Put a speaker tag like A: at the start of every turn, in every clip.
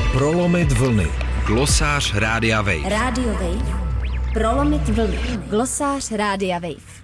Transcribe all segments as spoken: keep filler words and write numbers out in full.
A: Prolomit vlny. Glosář Rádia Wave.
B: Rádio Wave. Prolomit vlny. Glosář Rádia Wave.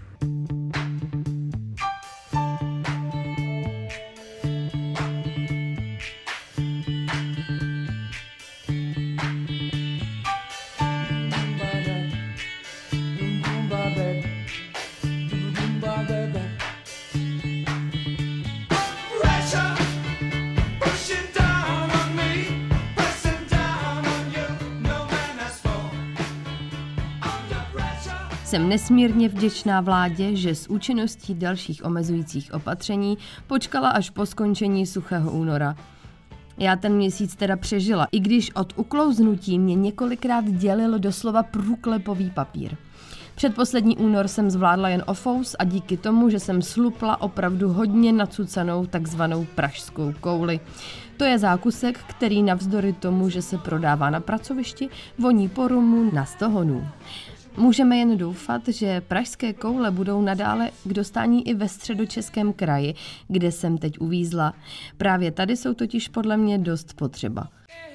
C: Jsem nesmírně vděčná vládě, že s účinností dalších omezujících opatření počkala až po skončení suchého února. Já ten měsíc teda přežila, i když od uklouznutí mě několikrát dělil doslova průklepový papír. Předposlední únor jsem zvládla jen o fous a díky tomu, že jsem slupla opravdu hodně nacucanou takzvanou pražskou kouli. To je zákusek, který navzdory tomu, že se prodává na pracovišti, voní po rumu na sto honů. Můžeme jen doufat, že pražské koule budou nadále k dostání i ve Středočeském kraji, kde jsem teď uvízla. Právě tady jsou totiž podle mě dost potřeba.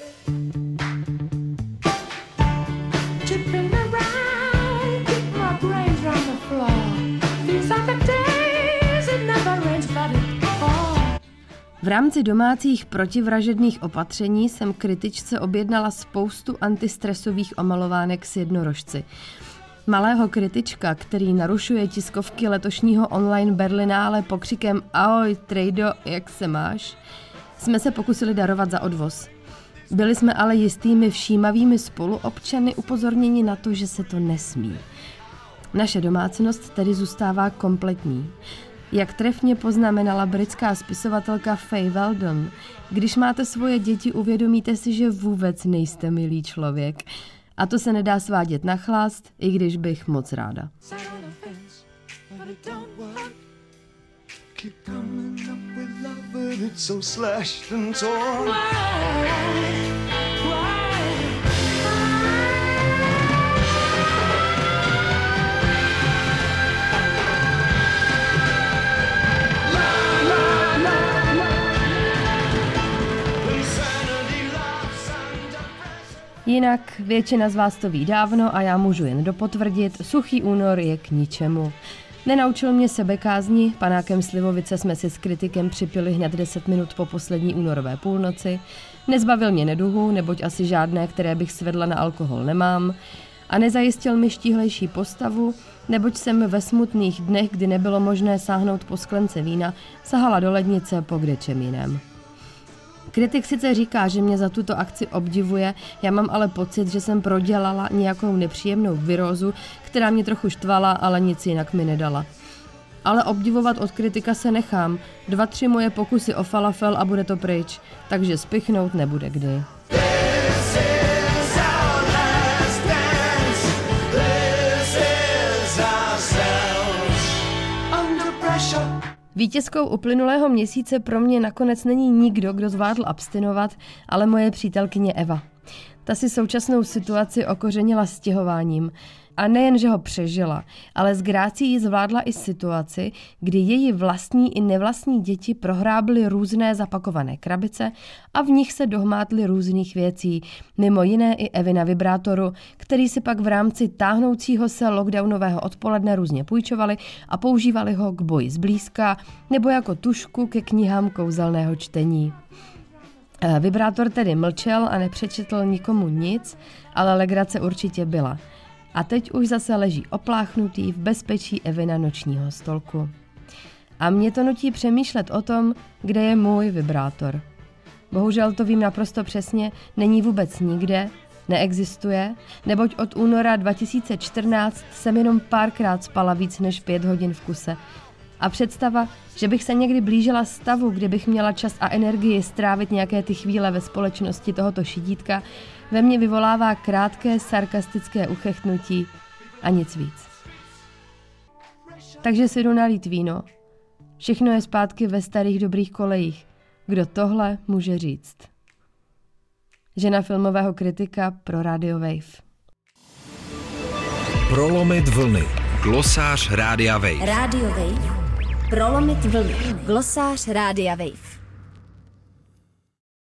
C: V rámci domácích protivražedných opatření jsem kritičce objednala spoustu antistresových omalovánek s jednorožci. Malého kritička, který narušuje tiskovky letošního online Berlinále pokřikem Ahoj, trejdo, jak se máš, jsme se pokusili darovat za odvoz. Byli jsme ale jistými všímavými spoluobčany upozorněni na to, že se to nesmí. Naše domácnost tedy zůstává kompletní. Jak trefně poznamenala britská spisovatelka Faye Weldon, když máte svoje děti, uvědomíte si, že vůbec nejste milý člověk. A to se nedá svádět na chlást, i když bych moc ráda. Jinak většina z vás to ví dávno a já můžu jen dopotvrdit, suchý únor je k ničemu. Nenaučil mě sebekázni, panákem Slivovice jsme si s kritikem připili hned deset minut po poslední únorové půlnoci, nezbavil mě neduhu, neboť asi žádné, které bych svedla na alkohol nemám, a nezajistil mi štíhlejší postavu, neboť jsem ve smutných dnech, kdy nebylo možné sáhnout po sklence vína, sahala do lednice po kdečem jiném. Kritik sice říká, že mě za tuto akci obdivuje, já mám ale pocit, že jsem prodělala nějakou nepříjemnou virózu, která mě trochu štvala, ale nic jinak mi nedala. Ale obdivovat od kritika se nechám, dva, tři moje pokusy o falafel a bude to pryč, takže spichnout nebude kdy. Vítězkou uplynulého měsíce pro mě nakonec není nikdo, kdo zvládl abstinovat, ale moje přítelkyně Eva. Ta si současnou situaci okořenila stěhováním. A nejen, že ho přežila, ale s grácií zvládla i situaci, kdy její vlastní i nevlastní děti prohrábly různé zapakované krabice a v nich se dohmátly různých věcí, mimo jiné i Evina vibrátoru, který si pak v rámci táhnoucího se lockdownového odpoledne různě půjčovali a používali ho k boji zblízka nebo jako tužku ke knihám kouzelného čtení. Vibrátor tedy mlčel a nepřečetl nikomu nic, ale legrace určitě byla. A teď už zase leží opláchnutý v bezpečí Evina nočního stolku. A mě to nutí přemýšlet o tom, kde je můj vibrátor. Bohužel to vím naprosto přesně, není vůbec nikde, neexistuje, neboť od února dva tisíce čtrnáct jsem jenom párkrát spala víc než pět hodin v kuse. A představa, že bych se někdy blížila stavu, kde bych měla čas a energii strávit nějaké ty chvíle ve společnosti tohoto šidítka, ve mně vyvolává krátké sarkastické uchechtnutí a nic víc. Takže si jdu nalít víno. Všechno je zpátky ve starých dobrých kolejích. Kdo tohle může říct? Žena filmového kritika pro Radio Wave.
A: Prolomit vlny. Glosář Rádia Wave.
B: Radio Wave. Prolomit vlny. Glosář Rádia Wave.